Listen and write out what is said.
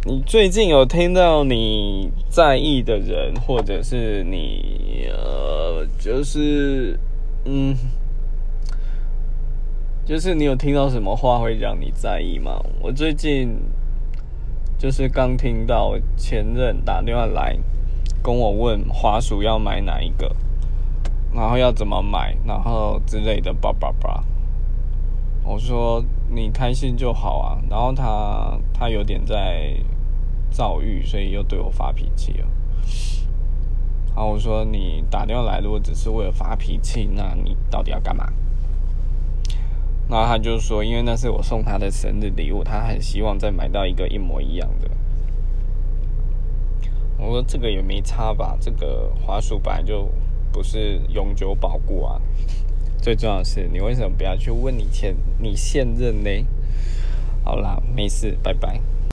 你最近有听到你在意的人，或者是你就是你有听到什么话会让你在意吗？我最近就是刚听到前任打电话来跟我问滑鼠要买哪一个，然后要怎么买，然后之类的叭叭叭。我说你开心就好啊，然后他有点在躁郁，所以又对我发脾气了。然后我说你打电话来如果只是为了发脾气，那你到底要干嘛？然后他就说因为那是我送他的生日礼物，他很希望再买到一个一模一样的。我说这个也没差吧，这个滑鼠本来就不是永久保固啊。最重要的是你为什么不要去问你现任呢？好啦，没事，拜拜。